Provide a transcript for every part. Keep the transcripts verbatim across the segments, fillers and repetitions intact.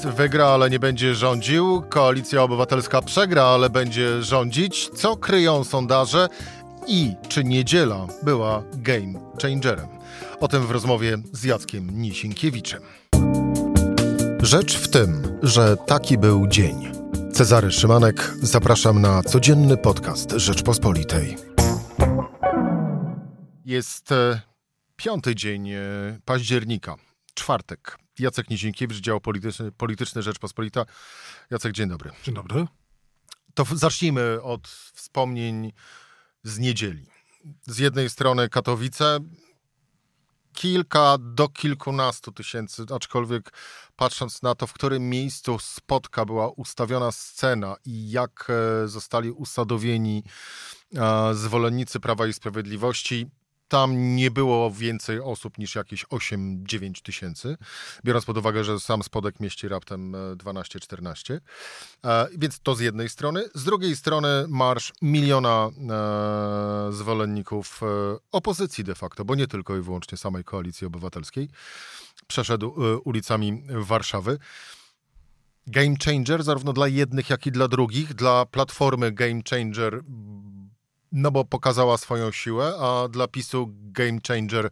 PiS wygra, ale nie będzie rządził. Koalicja Obywatelska przegra, ale będzie rządzić. Co kryją sondaże? I czy niedziela była game changerem? O tym w rozmowie z Jackiem Nisinkiewiczem. Rzecz w tym, że taki był dzień. Cezary Szymanek, zapraszam na codzienny podcast Rzeczpospolitej. Jest e, piąty dzień e, października, czwartek. Jacek Nisinkiewicz, dział polityczny, polityczny Rzeczpospolita. Jacek, dzień dobry. Dzień dobry. To zacznijmy od wspomnień z niedzieli. Z jednej strony Katowice, kilka do kilkunastu tysięcy, aczkolwiek patrząc na to, w którym miejscu spotka była ustawiona scena i jak zostali usadowieni zwolennicy Prawa i Sprawiedliwości, tam nie było więcej osób niż jakieś osiem dziewięć tysięcy, biorąc pod uwagę, że sam spodek mieści raptem dwanaście czternaście. E, więc to z jednej strony. Z drugiej strony marsz miliona e, zwolenników e, opozycji de facto, bo nie tylko i wyłącznie samej Koalicji Obywatelskiej, przeszedł e, ulicami Warszawy. Game changer zarówno dla jednych, jak i dla drugich. Dla Platformy game changer, no bo pokazała swoją siłę, a dla PiSu game changer,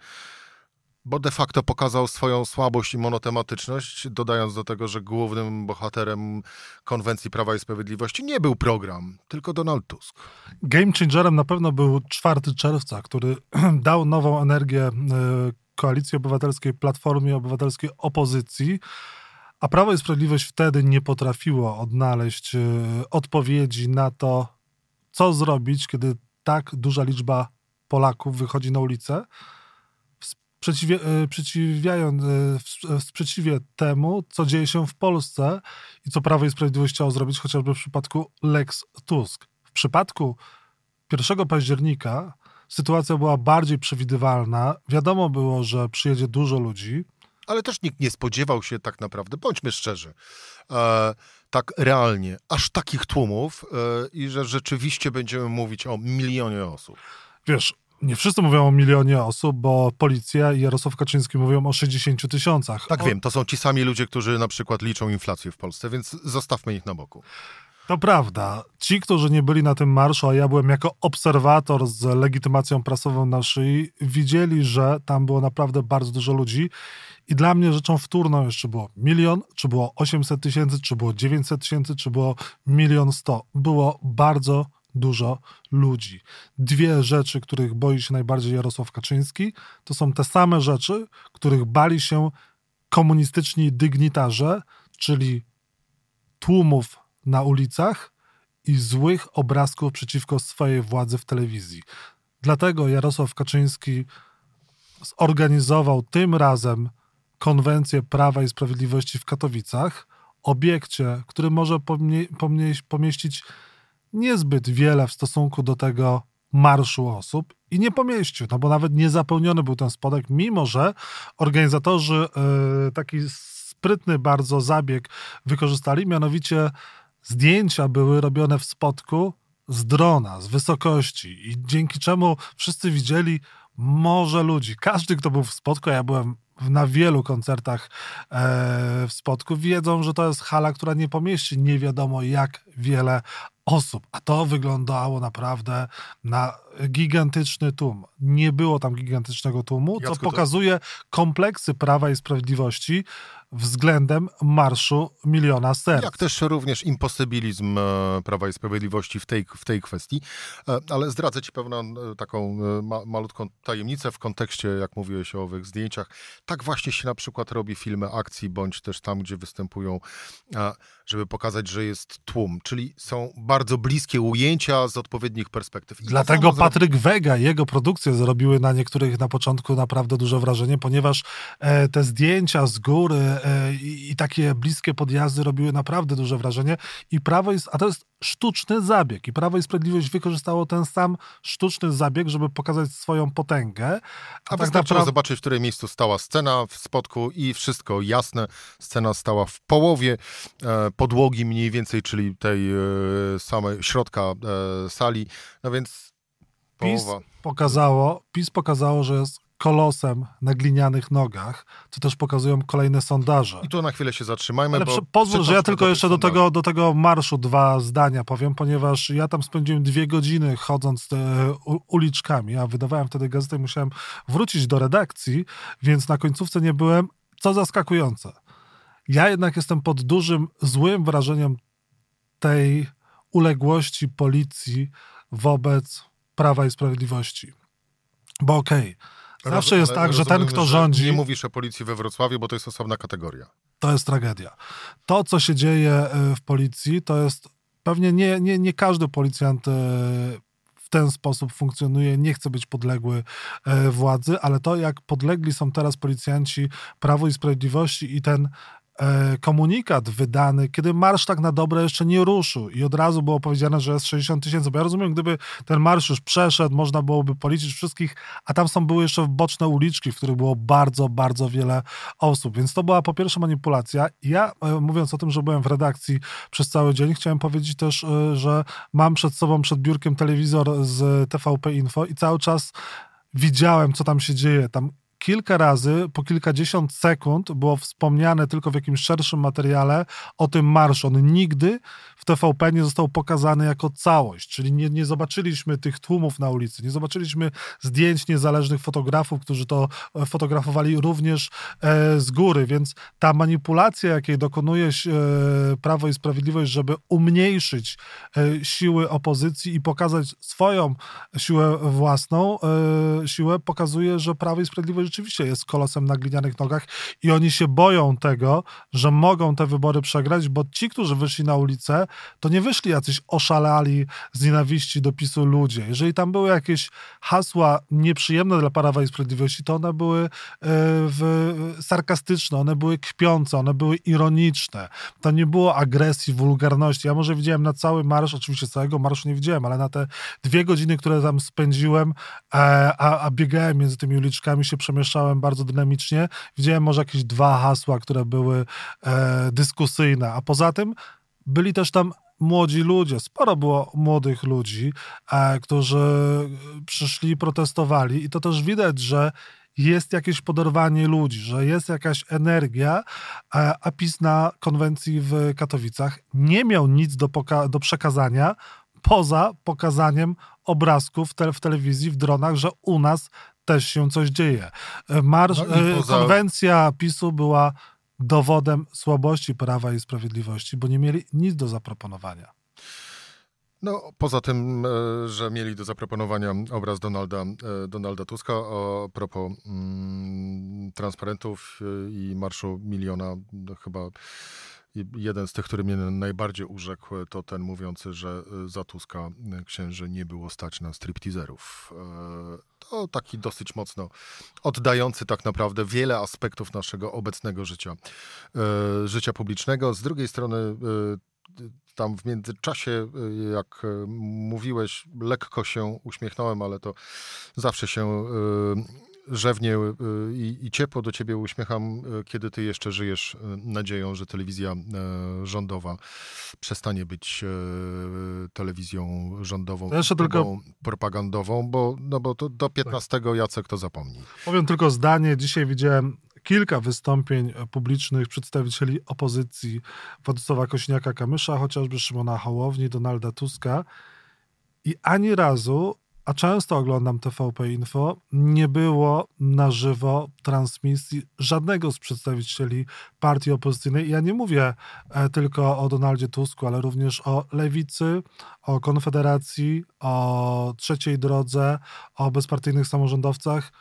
bo de facto pokazał swoją słabość i monotematyczność, dodając do tego, że głównym bohaterem konwencji Prawa i Sprawiedliwości nie był program, tylko Donald Tusk. Game changerem na pewno był czwartego czerwca, który dał nową energię Koalicji Obywatelskiej, Platformie Obywatelskiej, opozycji, a Prawo i Sprawiedliwość wtedy nie potrafiło odnaleźć odpowiedzi na to, co zrobić, kiedy tak duża liczba Polaków wychodzi na ulicę, w sprzeciwie, przeciwiając, w sprzeciwie temu, co dzieje się w Polsce i co Prawo i Sprawiedliwość chciało zrobić, chociażby w przypadku Lex Tusk. W przypadku pierwszego października sytuacja była bardziej przewidywalna. Wiadomo było, że przyjedzie dużo ludzi. Ale też nikt nie spodziewał się tak naprawdę, bądźmy szczerzy, e, tak realnie, aż takich tłumów e, i że rzeczywiście będziemy mówić o milionie osób. Wiesz, nie wszyscy mówią o milionie osób, bo policja i Jarosław Kaczyński mówią o sześćdziesięciu tysiącach. Tak o... wiem, to są ci sami ludzie, którzy na przykład liczą inflację w Polsce, więc zostawmy ich na boku. To prawda. Ci, którzy nie byli na tym marszu, a ja byłem jako obserwator z legitymacją prasową na szyi, widzieli, że tam było naprawdę bardzo dużo ludzi i dla mnie rzeczą wtórną jeszcze było milion, czy było osiemset tysięcy, czy było dziewięćset tysięcy, czy było milion sto. Było bardzo dużo ludzi. Dwie rzeczy, których boi się najbardziej Jarosław Kaczyński, to są te same rzeczy, których bali się komunistyczni dygnitarze, czyli tłumów na ulicach i złych obrazków przeciwko swojej władzy w telewizji. Dlatego Jarosław Kaczyński zorganizował tym razem konwencję Prawa i Sprawiedliwości w Katowicach, obiekcie, który może pomie- pomie- pomieścić niezbyt wiele w stosunku do tego marszu osób i nie pomieścił, no bo nawet niezapełniony był ten spodek, mimo że organizatorzy yy, taki sprytny bardzo zabieg wykorzystali, mianowicie zdjęcia były robione w spodku z drona, z wysokości i dzięki czemu wszyscy widzieli morze ludzi. Każdy, kto był w spodku, ja byłem na wielu koncertach e, w spodku, wiedzą, że to jest hala, która nie pomieści nie wiadomo jak wiele osób, a to wyglądało naprawdę na gigantyczny tłum. Nie było tam gigantycznego tłumu, co Jacku, pokazuje to... kompleksy Prawa i Sprawiedliwości względem marszu miliona serc. Jak też również imposybilizm Prawa i Sprawiedliwości w tej, w tej kwestii. Ale zdradzę ci pewną taką ma, malutką tajemnicę w kontekście, jak mówiłeś o owych zdjęciach. Tak właśnie się na przykład robi filmy akcji, bądź też tam, gdzie występują, żeby pokazać, że jest tłum. Czyli są bardzo bliskie ujęcia z odpowiednich perspektyw. I Dlatego Patryk zrobi... Wega i jego produkcje zrobiły na niektórych na początku naprawdę duże wrażenie, ponieważ e, te zdjęcia z góry e, i, i takie bliskie podjazdy robiły naprawdę duże wrażenie. I Prawo jest, a to jest sztuczny zabieg. I Prawo i Sprawiedliwość wykorzystało ten sam sztuczny zabieg, żeby pokazać swoją potęgę. A, a tak wystarczyło naprawdę... zobaczyć, w którym miejscu stała scena w spodku i wszystko jasne. Scena stała w połowie e, podłogi mniej więcej, czyli tej e, samej środka e, sali. No więc połowa. PiS pokazało, PiS pokazało, że jest kolosem na glinianych nogach, co też pokazują kolejne sondaże. I tu na chwilę się zatrzymajmy, Ale bo... przy, pozwól, że ja tylko jeszcze do tego, do tego marszu dwa zdania powiem, ponieważ ja tam spędziłem dwie godziny chodząc te uliczkami, a wydawałem wtedy gazetę i musiałem wrócić do redakcji, więc na końcówce nie byłem, co zaskakujące. Ja jednak jestem pod dużym, złym wrażeniem tej uległości policji wobec Prawa i Sprawiedliwości. Bo okej, okay, zawsze jest tak, że ten, kto rządzi... Nie mówisz o policji we Wrocławiu, bo to jest osobna kategoria. To jest tragedia. To, co się dzieje w policji, to jest pewnie nie, nie, nie każdy policjant w ten sposób funkcjonuje, nie chce być podległy władzy, ale to, jak podlegli są teraz policjanci Prawu i Sprawiedliwości i ten komunikat wydany, kiedy marsz tak na dobre jeszcze nie ruszył i od razu było powiedziane, że jest sześćdziesiąt tysięcy, bo ja rozumiem, gdyby ten marsz już przeszedł, można byłoby policzyć wszystkich, a tam są były jeszcze boczne uliczki, w których było bardzo, bardzo wiele osób, więc to była po pierwsze manipulacja. Ja, mówiąc o tym, że byłem w redakcji przez cały dzień, chciałem powiedzieć też, że mam przed sobą, przed biurkiem telewizor z T V P Info i cały czas widziałem, co tam się dzieje. Tam kilka razy, po kilkadziesiąt sekund było wspomniane tylko w jakimś szerszym materiale o tym marszu. On nigdy w T V P nie został pokazany jako całość, czyli nie, nie zobaczyliśmy tych tłumów na ulicy, nie zobaczyliśmy zdjęć niezależnych fotografów, którzy to fotografowali również e, z góry, więc ta manipulacja, jakiej dokonuje się e, Prawo i Sprawiedliwość, żeby umniejszyć e, siły opozycji i pokazać swoją siłę własną, e, siłę pokazuje, że Prawo i Sprawiedliwość rzeczywiście jest kolosem na glinianych nogach i oni się boją tego, że mogą te wybory przegrać, bo ci, którzy wyszli na ulicę, to nie wyszli jacyś oszalali z nienawiści do PiSu ludzie. Jeżeli tam były jakieś hasła nieprzyjemne dla Prawa i Sprawiedliwości, to one były e, w, sarkastyczne, one były kpiące, one były ironiczne. To nie było agresji, wulgarności. Ja może widziałem na cały marsz, oczywiście całego marszu nie widziałem, ale na te dwie godziny, które tam spędziłem, e, a, a biegałem między tymi uliczkami, się przemieszczałem bardzo dynamicznie. Widziałem może jakieś dwa hasła, które były e, dyskusyjne, a poza tym byli też tam młodzi ludzie, sporo było młodych ludzi, e, którzy przyszli, protestowali i to też widać, że jest jakieś poderwanie ludzi, że jest jakaś energia, e, a PiS na konwencji w Katowicach nie miał nic do, poka- do przekazania poza pokazaniem obrazków te- w telewizji, w dronach, że u nas też się coś dzieje. Marsz, no poza... Konwencja PiSu była dowodem słabości Prawa i Sprawiedliwości, bo nie mieli nic do zaproponowania. No, poza tym, że mieli do zaproponowania obraz Donalda, Donalda Tuska, a propos mm, transparentów i Marszu Miliona, no, chyba jeden z tych, który mnie najbardziej urzekł, to ten mówiący, że za Tuska księży nie było stać na stripteaserów. To taki dosyć mocno oddający tak naprawdę wiele aspektów naszego obecnego życia, życia publicznego. Z drugiej strony tam w międzyczasie, jak mówiłeś, lekko się uśmiechnąłem, ale to zawsze się rzewnie i, i ciepło do ciebie uśmiecham, kiedy ty jeszcze żyjesz nadzieją, że telewizja rządowa przestanie być telewizją rządową, jeszcze tylko propagandową, bo, no bo to do piętnastego Jacek to zapomni. Powiem tylko zdanie. Dzisiaj widziałem kilka wystąpień publicznych przedstawicieli opozycji, Władysława Kosiniaka-Kamysza, chociażby Szymona Hołowni, Donalda Tuska i ani razu, a często oglądam T V P Info, nie było na żywo transmisji żadnego z przedstawicieli partii opozycyjnej. Ja nie mówię tylko o Donaldzie Tusku, ale również o Lewicy, o Konfederacji, o Trzeciej Drodze, o bezpartyjnych samorządowcach.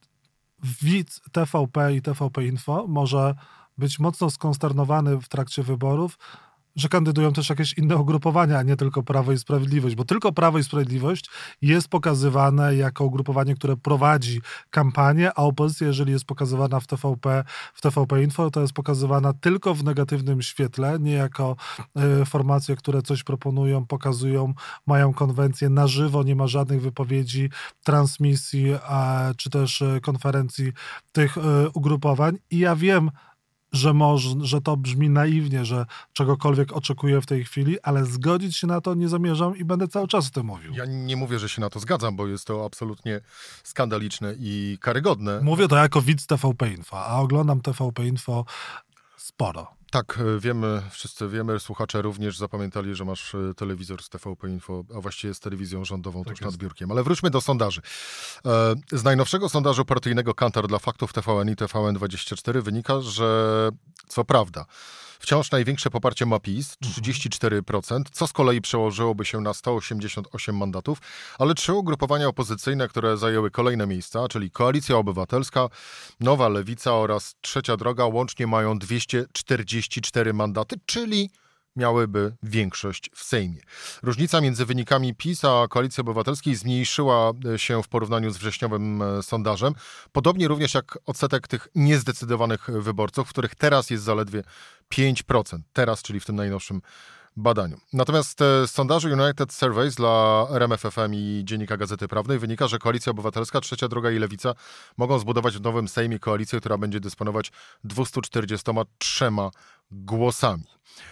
Widz T V P i T V P Info może być mocno skonsternowany w trakcie wyborów, że kandydują też jakieś inne ugrupowania, a nie tylko Prawo i Sprawiedliwość, bo tylko Prawo i Sprawiedliwość jest pokazywane jako ugrupowanie, które prowadzi kampanię, a opozycja, jeżeli jest pokazywana w T V P, w T V P Info, to jest pokazywana tylko w negatywnym świetle, nie jako y, formacje, które coś proponują, pokazują, mają konwencję na żywo, nie ma żadnych wypowiedzi, transmisji, a, czy też y, konferencji tych y, ugrupowań. I ja wiem, że, może, że to brzmi naiwnie, że czegokolwiek oczekuję w tej chwili, ale zgodzić się na to nie zamierzam i będę cały czas o tym mówił. Ja nie mówię, że się na to zgadzam, bo jest to absolutnie skandaliczne i karygodne. Mówię to jako widz T V P Info, a oglądam T V P Info sporo. Tak, wiemy, wszyscy wiemy, słuchacze również zapamiętali, że masz telewizor z T V P Info, a właściwie z telewizją rządową tak tuż nad biurkiem. Ale wróćmy do sondaży. Z najnowszego sondażu partyjnego Kantar dla Faktów T V N i T V N dwadzieścia cztery wynika, że co prawda wciąż największe poparcie ma PiS, trzydzieści cztery procent, co z kolei przełożyłoby się na sto osiemdziesiąt osiem mandatów, ale trzy ugrupowania opozycyjne, które zajęły kolejne miejsca, czyli Koalicja Obywatelska, Nowa Lewica oraz Trzecia Droga, łącznie mają dwieście czterdzieści cztery mandaty, czyli miałyby większość w Sejmie. Różnica między wynikami PiS a Koalicji Obywatelskiej zmniejszyła się w porównaniu z wrześniowym sondażem, podobnie również jak odsetek tych niezdecydowanych wyborców, w których teraz jest zaledwie pięć procent. Teraz, czyli w tym najnowszym badaniu. Natomiast z sondażu United Surveys dla R M F F M i Dziennika Gazety Prawnej wynika, że Koalicja Obywatelska, Trzecia Droga i Lewica mogą zbudować w nowym Sejmie koalicję, która będzie dysponować dwieście czterdzieści trzy głosami.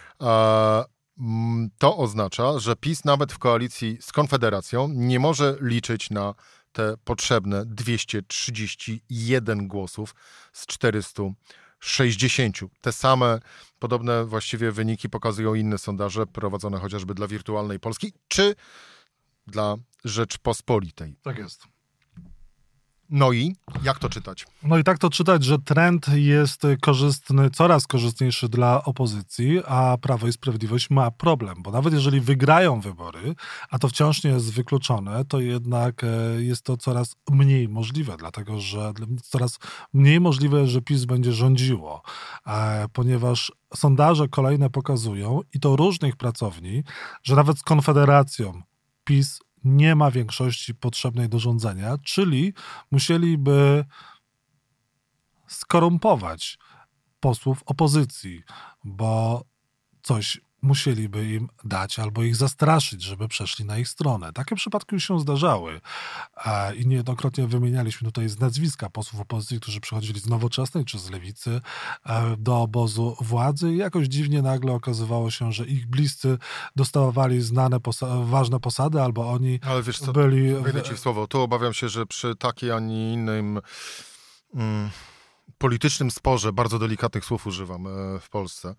To oznacza, że PiS nawet w koalicji z Konfederacją nie może liczyć na te potrzebne dwieście trzydzieści jeden głosów z czterystu sześćdziesięciu. Te same, podobne właściwie wyniki pokazują inne sondaże prowadzone chociażby dla Wirtualnej Polski czy dla Rzeczpospolitej. Tak jest. No i jak to czytać? No i tak to czytać, że trend jest korzystny, coraz korzystniejszy dla opozycji, a Prawo i Sprawiedliwość ma problem, bo nawet jeżeli wygrają wybory, a to wciąż nie jest wykluczone, to jednak jest to coraz mniej możliwe, dlatego że coraz mniej możliwe, że PiS będzie rządziło, ponieważ sondaże kolejne pokazują, i to różnych pracowni, że nawet z Konfederacją PiS nie ma większości potrzebnej do rządzenia, czyli musieliby skorumpować posłów opozycji, bo coś musieliby im dać albo ich zastraszyć, żeby przeszli na ich stronę. Takie przypadki już się zdarzały i niejednokrotnie wymienialiśmy tutaj z nazwiska posłów opozycji, którzy przychodzili z Nowoczesnej czy z Lewicy do obozu władzy i jakoś dziwnie nagle okazywało się, że ich bliscy dostawali znane, posa- ważne posady, albo oni Ale wiesz co, byli... wejdę ci w słowo. Tu obawiam się, że przy takiej, a nie innym mm, politycznym sporze, bardzo delikatnych słów używam e, w Polsce,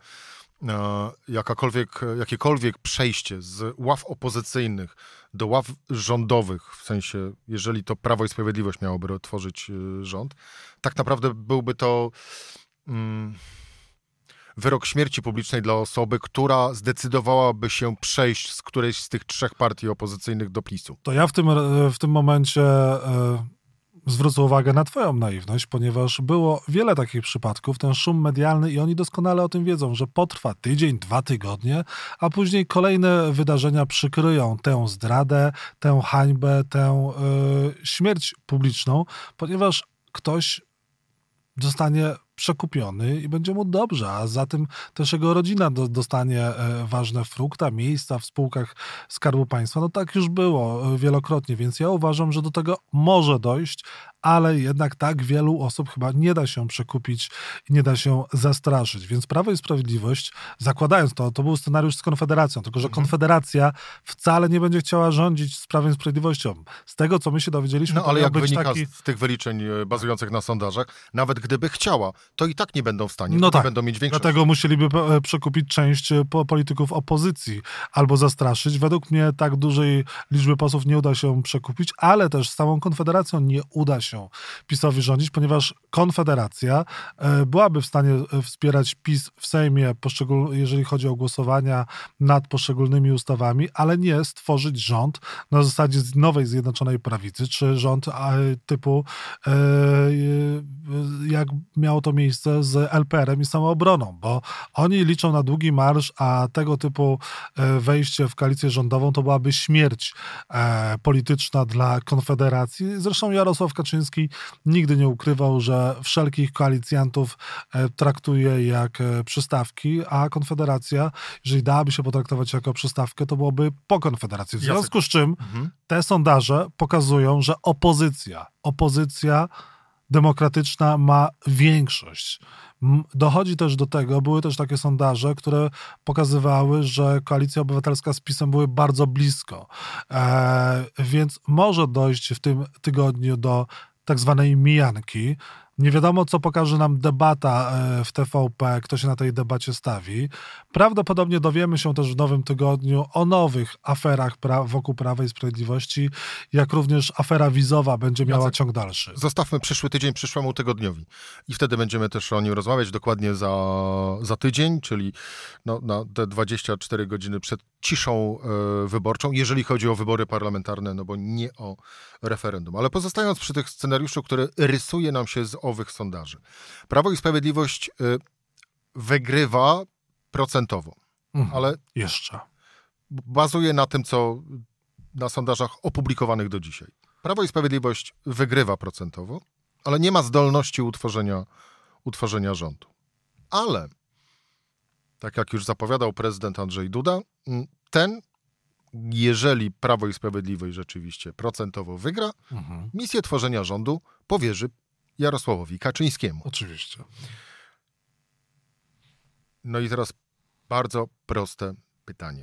jakakolwiek, jakiekolwiek przejście z ław opozycyjnych do ław rządowych, w sensie, jeżeli to Prawo i Sprawiedliwość miałoby tworzyć rząd, tak naprawdę byłby to mm, wyrok śmierci publicznej dla osoby, która zdecydowałaby się przejść z którejś z tych trzech partii opozycyjnych do PiS-u. To ja w tym, w tym momencie... Y- zwrócę uwagę na twoją naiwność, ponieważ było wiele takich przypadków, ten szum medialny i oni doskonale o tym wiedzą, że potrwa tydzień, dwa tygodnie, a później kolejne wydarzenia przykryją tę zdradę, tę hańbę, tę y, śmierć publiczną, ponieważ ktoś zostanie przekupiony i będzie mu dobrze, a za tym też jego rodzina do, dostanie e, ważne frukta, miejsca w spółkach Skarbu Państwa. No tak już było e, wielokrotnie, więc ja uważam, że do tego może dojść, ale jednak tak wielu osób chyba nie da się przekupić i nie da się zastraszyć. Więc Prawo i Sprawiedliwość, zakładając to, to był scenariusz z Konfederacją, tylko że mhm. Konfederacja wcale nie będzie chciała rządzić z Prawem i Sprawiedliwością. Z tego, co my się dowiedzieliśmy... No ale jak wynika taki... z tych wyliczeń bazujących na sondażach, nawet gdyby chciała, to i tak nie będą w stanie, no tak, nie będą mieć większości. Dlatego musieliby przekupić część polityków opozycji albo zastraszyć. Według mnie tak dużej liczby posłów nie uda się przekupić, ale też z samą Konfederacją nie uda się PiS-owi rządzić, ponieważ Konfederacja byłaby w stanie wspierać PiS w Sejmie, poszczegól- jeżeli chodzi o głosowania nad poszczególnymi ustawami, ale nie stworzyć rząd na zasadzie nowej Zjednoczonej Prawicy, czy rząd typu jak miało to miejsce z L P R-em i Samoobroną, bo oni liczą na długi marsz, a tego typu wejście w koalicję rządową to byłaby śmierć polityczna dla Konfederacji. Zresztą Jarosław Kaczyński nigdy nie ukrywał, że wszelkich koalicjantów traktuje jak przystawki, a Konfederacja, jeżeli dałaby się potraktować jako przystawkę, to byłoby po Konfederacji. W związku z czym te sondaże pokazują, że opozycja, opozycja demokratyczna ma większość. Dochodzi też do tego, były też takie sondaże, które pokazywały, że Koalicja Obywatelska z PiS-em były bardzo blisko. E, więc może dojść w tym tygodniu do tak zwanej mijanki. Nie wiadomo, co pokaże nam debata w T V P, kto się na tej debacie stawi. Prawdopodobnie dowiemy się też w nowym tygodniu o nowych aferach pra- wokół Prawa i Sprawiedliwości, jak również afera wizowa będzie miała Jacek, ciąg dalszy. Zostawmy przyszły tydzień przyszłemu tygodniowi i wtedy będziemy też o nim rozmawiać dokładnie za, za tydzień, czyli no, na te dwadzieścia cztery godziny przed ciszą e, wyborczą, jeżeli chodzi o wybory parlamentarne, no bo nie o referendum. Ale pozostając przy tych scenariuszu, który rysuje nam się z owych sondaży. Prawo i Sprawiedliwość e, wygrywa procentowo, Mhm. ale Jeszcze. bazuje na tym, co na sondażach opublikowanych do dzisiaj. Prawo i Sprawiedliwość wygrywa procentowo, ale nie ma zdolności utworzenia, utworzenia rządu. Ale, tak jak już zapowiadał prezydent Andrzej Duda, ten, jeżeli Prawo i Sprawiedliwość rzeczywiście procentowo wygra, Mhm. misję tworzenia rządu powierzy Jarosławowi Kaczyńskiemu. Oczywiście. No i teraz bardzo proste pytanie.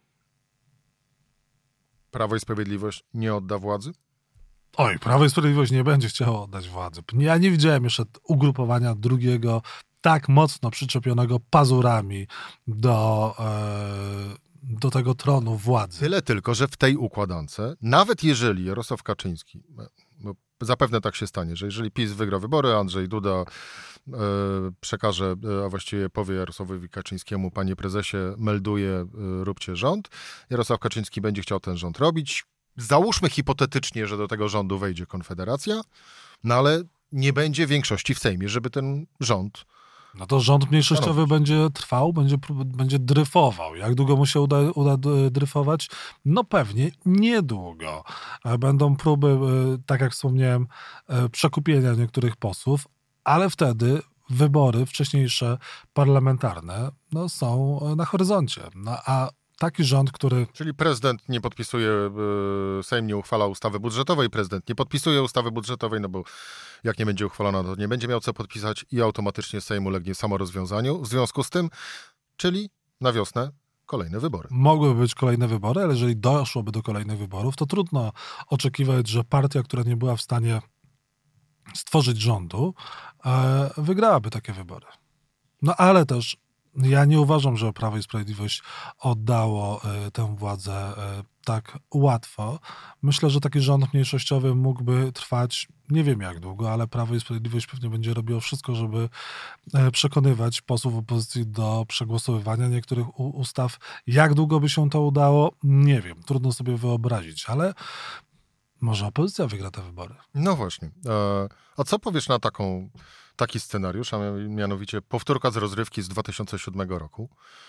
Prawo i Sprawiedliwość nie odda władzy? Oj, Prawo i Sprawiedliwość nie będzie chciało oddać władzy. Ja nie widziałem jeszcze ugrupowania drugiego tak mocno przyczepionego pazurami do, e, do tego tronu władzy. Tyle tylko, że w tej układance, nawet jeżeli Jarosław Kaczyński, bo zapewne tak się stanie, że jeżeli PiS wygra wybory, Andrzej Duda e, przekaże, a właściwie powie Jarosławowi Kaczyńskiemu, panie prezesie, melduje, e, róbcie rząd. Jarosław Kaczyński będzie chciał ten rząd robić. Załóżmy hipotetycznie, że do tego rządu wejdzie Konfederacja, no ale nie będzie większości w Sejmie, żeby ten rząd... No to rząd mniejszościowy robić. będzie trwał, będzie, będzie dryfował. Jak długo mu się uda, uda dryfować? No pewnie niedługo. Będą próby, tak jak wspomniałem, przekupienia niektórych posłów, ale wtedy wybory wcześniejsze parlamentarne no, są na horyzoncie. No, a taki rząd, który... Czyli prezydent nie podpisuje, Sejm nie uchwala ustawy budżetowej, prezydent nie podpisuje ustawy budżetowej, no bo jak nie będzie uchwalona, to nie będzie miał co podpisać i automatycznie Sejm ulegnie samorozwiązaniu. W związku z tym, czyli na wiosnę kolejne wybory. Mogłyby być kolejne wybory, ale jeżeli doszłoby do kolejnych wyborów, to trudno oczekiwać, że partia, która nie była w stanie stworzyć rządu, wygrałaby takie wybory. No ale też ja nie uważam, że Prawo i Sprawiedliwość oddało y, tę władzę y, tak łatwo. Myślę, że taki rząd mniejszościowy mógłby trwać nie wiem jak długo, ale Prawo i Sprawiedliwość pewnie będzie robiło wszystko, żeby y, przekonywać posłów opozycji do przegłosowywania niektórych u, ustaw. Jak długo by się to udało? Nie wiem. Trudno sobie wyobrazić, ale może opozycja wygra te wybory. No właśnie. E, a co powiesz na taką... taki scenariusz, a mianowicie powtórka z rozrywki z dwa tysiące siódmego roku,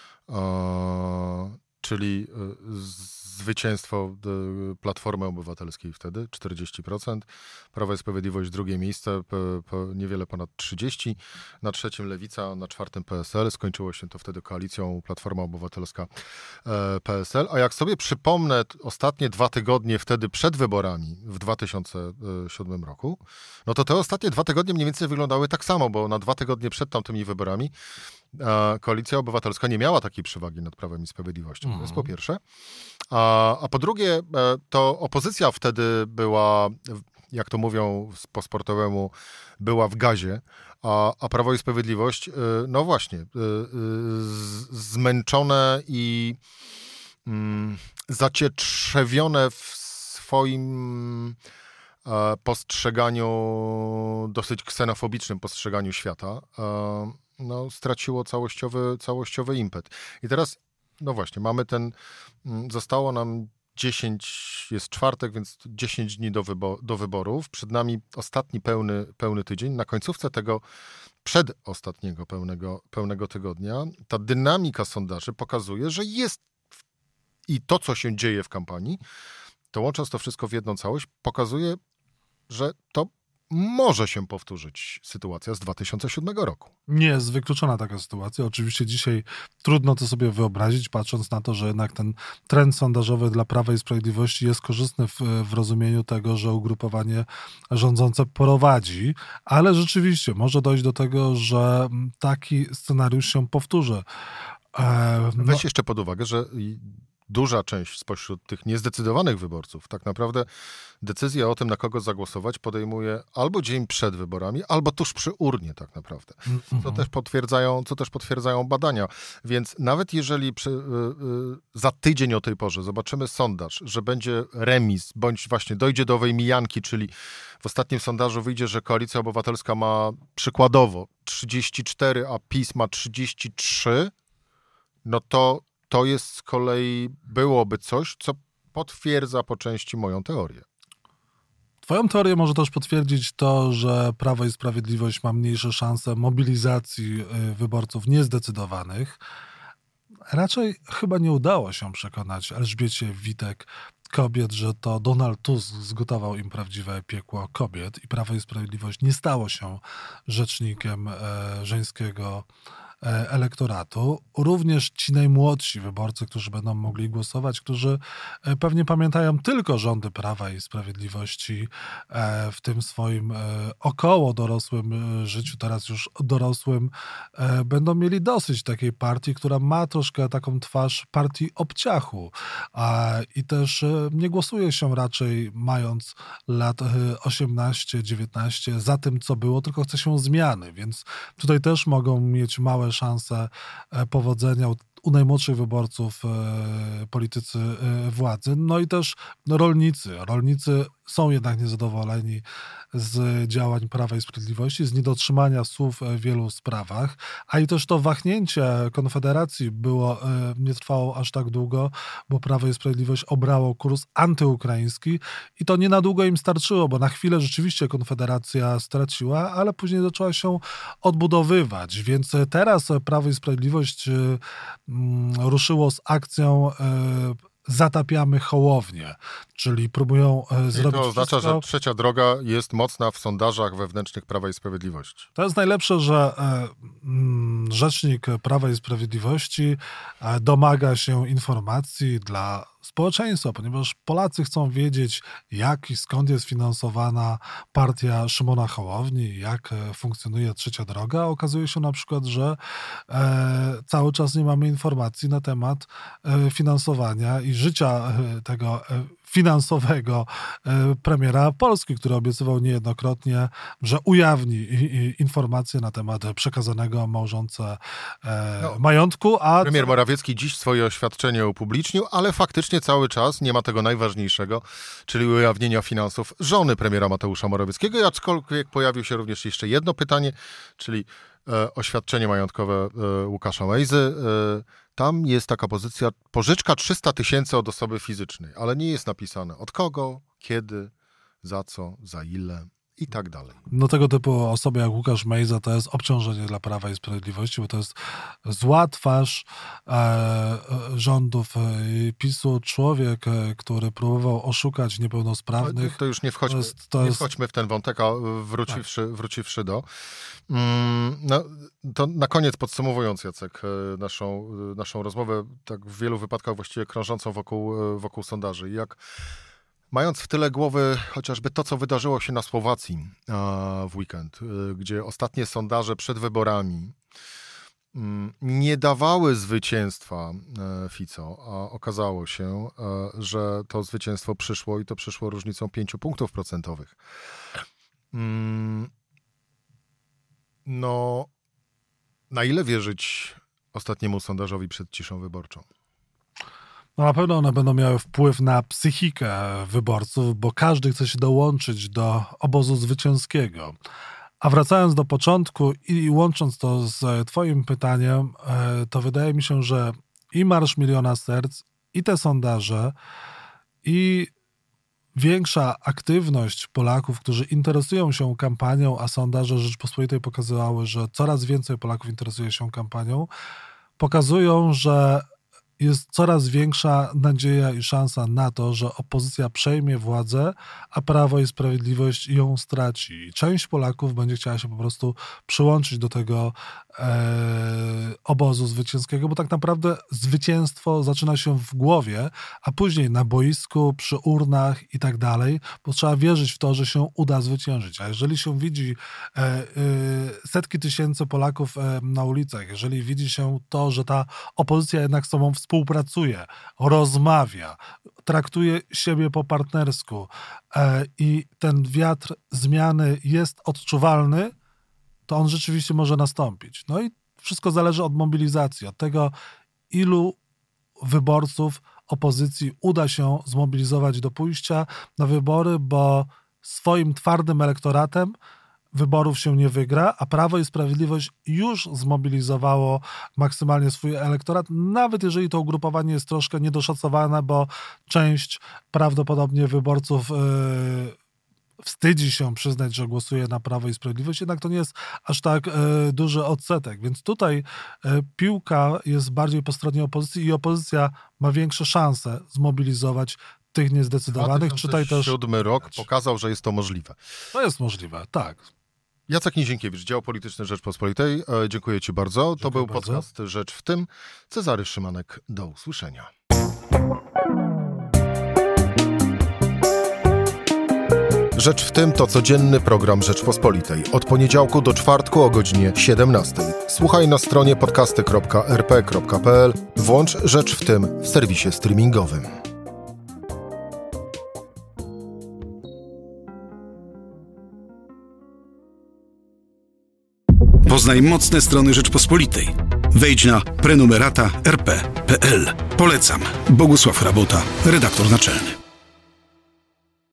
e, czyli zwycięstwo Platformy Obywatelskiej wtedy, czterdzieści procent, Prawo i Sprawiedliwość drugie miejsce, po, po niewiele ponad trzydzieści procent, na trzecim Lewica, na czwartym P S L, skończyło się to wtedy koalicją Platforma Obywatelska e, P S L, a jak sobie przypomnę ostatnie dwa tygodnie wtedy przed wyborami w dwa tysiące siódmym roku, no to te ostatnie dwa tygodnie mniej więcej wyglądały tak samo, bo na dwa tygodnie przed tamtymi wyborami e, Koalicja Obywatelska nie miała takiej przewagi nad Prawem i Sprawiedliwością, mm. to jest po pierwsze. A, a po drugie, to opozycja wtedy była, jak to mówią po sportowemu, była w gazie, a, a Prawo i Sprawiedliwość, no właśnie, z, zmęczone i mm, zacietrzewione w swoim postrzeganiu, dosyć ksenofobicznym postrzeganiu świata, no, straciło całościowy, całościowy impet. I teraz no właśnie, mamy ten, zostało nam dziesięć, jest czwartek, więc dziesięć dni do, wybo- do wyborów. Przed nami ostatni pełny, pełny tydzień. Na końcówce tego przedostatniego pełnego, pełnego tygodnia ta dynamika sondaży pokazuje, że jest i to, co się dzieje w kampanii, to łącząc to wszystko w jedną całość, pokazuje, że to może się powtórzyć sytuacja z dwa tysiące siódmego roku. Nie jest wykluczona taka sytuacja. Oczywiście dzisiaj trudno to sobie wyobrazić, patrząc na to, że jednak ten trend sondażowy dla Prawa i Sprawiedliwości jest korzystny w, w rozumieniu tego, że ugrupowanie rządzące prowadzi, ale rzeczywiście może dojść do tego, że taki scenariusz się powtórzy. E, no. Weź jeszcze pod uwagę, że duża część spośród tych niezdecydowanych wyborców tak naprawdę decyzję o tym, na kogo zagłosować, podejmuje albo dzień przed wyborami, albo tuż przy urnie tak naprawdę. Mm-hmm. Co też potwierdzają, co też potwierdzają badania. Więc nawet jeżeli przy, yy, za tydzień o tej porze zobaczymy sondaż, że będzie remis, bądź właśnie dojdzie do owej mijanki, czyli w ostatnim sondażu wyjdzie, że Koalicja Obywatelska ma przykładowo trzydzieści cztery, a PiS ma trzydzieści trzy, no to to jest z kolei byłoby coś, co potwierdza po części moją teorię. Twoją teorię może też potwierdzić to, że Prawo i Sprawiedliwość ma mniejsze szanse mobilizacji wyborców niezdecydowanych. Raczej chyba nie udało się przekonać Elżbiecie Witek-Kobiet, że to Donald Tusk zgotował im prawdziwe piekło kobiet i Prawo i Sprawiedliwość nie stało się rzecznikiem e, żeńskiego elektoratu. Również ci najmłodsi wyborcy, którzy będą mogli głosować, którzy pewnie pamiętają tylko rządy Prawa i Sprawiedliwości w tym swoim około dorosłym życiu, teraz już dorosłym, będą mieli dosyć takiej partii, która ma troszkę taką twarz partii obciachu i też nie głosuje się raczej, mając lat osiemnaście dziewiętnaście, za tym, co było, tylko chce się zmiany, więc tutaj też mogą mieć małe szanse powodzenia u najmłodszych wyborców politycy władzy. No i też rolnicy. Rolnicy są jednak niezadowoleni z działań Prawa i Sprawiedliwości, z niedotrzymania słów w wielu sprawach, a i też to wahnięcie Konfederacji było, nie trwało aż tak długo, bo Prawo i Sprawiedliwość obrało kurs antyukraiński i to nie na długo im starczyło, bo na chwilę rzeczywiście Konfederacja straciła, ale później zaczęła się odbudowywać, więc teraz Prawo i Sprawiedliwość ruszyło z akcją Zatapiamy Hołownię, czyli próbują I zrobić to oznacza, wszystko. że trzecia droga jest mocna w sondażach wewnętrznych Prawa i Sprawiedliwości. To jest najlepsze, że rzecznik Prawa i Sprawiedliwości domaga się informacji dla społeczeństwa, ponieważ Polacy chcą wiedzieć, jak i skąd jest finansowana partia Szymona Hołowni, jak funkcjonuje trzecia droga. Okazuje się na przykład, że e, cały czas nie mamy informacji na temat e, finansowania i życia e, tego e, finansowego e, premiera Polski, który obiecywał niejednokrotnie, że ujawni i, i informacje na temat przekazanego małżonce e, no, majątku. A premier Morawiecki dziś swoje oświadczenie upublicznił, ale faktycznie cały czas nie ma tego najważniejszego, czyli ujawnienia finansów żony premiera Mateusza Morawieckiego, aczkolwiek pojawiło się również jeszcze jedno pytanie, czyli e, oświadczenie majątkowe e, Łukasza Mejzy. E, tam jest taka pozycja, pożyczka trzysta tysięcy od osoby fizycznej, ale nie jest napisane od kogo, kiedy, za co, za ile i tak dalej. No tego typu osoby jak Łukasz Mejza to jest obciążenie dla Prawa i Sprawiedliwości, bo to jest zła twarz e, rządów e, PiSu. Człowiek, e, który próbował oszukać niepełnosprawnych. To, to już nie wchodźmy, to jest, to nie jest... wchodźmy w ten wątek, a wróciwszy, tak. wróciwszy do... Mm, no, to na koniec podsumowując, Jacek, naszą, naszą rozmowę, tak w wielu wypadkach właściwie krążącą wokół, wokół sondaży. Jak mając w tyle głowy chociażby to, co wydarzyło się na Słowacji w weekend, gdzie ostatnie sondaże przed wyborami nie dawały zwycięstwa Fico, a okazało się, że to zwycięstwo przyszło i to przyszło różnicą pięciu punktów procentowych. No, na ile wierzyć ostatniemu sondażowi przed ciszą wyborczą? No na pewno one będą miały wpływ na psychikę wyborców, bo każdy chce się dołączyć do obozu zwycięskiego. A wracając do początku i łącząc to z twoim pytaniem, to wydaje mi się, że i Marsz Miliona Serc, i te sondaże, i większa aktywność Polaków, którzy interesują się kampanią, a sondaże Rzeczpospolitej pokazywały, że coraz więcej Polaków interesuje się kampanią, pokazują, że jest coraz większa nadzieja i szansa na to, że opozycja przejmie władzę, a Prawo i Sprawiedliwość ją straci. I część Polaków będzie chciała się po prostu przyłączyć do tego e, obozu zwycięskiego, bo tak naprawdę zwycięstwo zaczyna się w głowie, a później na boisku, przy urnach i tak dalej, bo trzeba wierzyć w to, że się uda zwyciężyć. A jeżeli się widzi e, e, setki tysięcy Polaków e, na ulicach, jeżeli widzi się to, że ta opozycja jednak z sobą współpracuje, rozmawia, traktuje siebie po partnersku e, i ten wiatr zmiany jest odczuwalny, to on rzeczywiście może nastąpić. No i wszystko zależy od mobilizacji, od tego, ilu wyborców opozycji uda się zmobilizować do pójścia na wybory, bo swoim twardym elektoratem wyborów się nie wygra, a Prawo i Sprawiedliwość już zmobilizowało maksymalnie swój elektorat, nawet jeżeli to ugrupowanie jest troszkę niedoszacowane, bo część prawdopodobnie wyborców yy, wstydzi się przyznać, że głosuje na Prawo i Sprawiedliwość, jednak to nie jest aż tak y, duży odsetek. Więc tutaj y, piłka jest bardziej po stronie opozycji i opozycja ma większe szanse zmobilizować tych niezdecydowanych. dwa tysiące siódmy rok pokazał, że jest to możliwe. To jest możliwe, tak. Jacek Nizienkiewicz, Dział Polityczny Rzeczpospolitej. E, dziękuję Ci bardzo. Dziękuję to był bardzo. Podcast Rzecz w tym. Cezary Szymanek, do usłyszenia. Rzecz w tym to codzienny program Rzeczpospolitej. Od poniedziałku do czwartku o godzinie siedemnastej. Słuchaj na stronie podcasty kropka er pe kropka pe el. Włącz Rzecz w tym w serwisie streamingowym. Poznaj mocne strony Rzeczpospolitej. Wejdź na prenumerata er pe kropka pe el. Polecam. Bogusław Rabota, redaktor naczelny.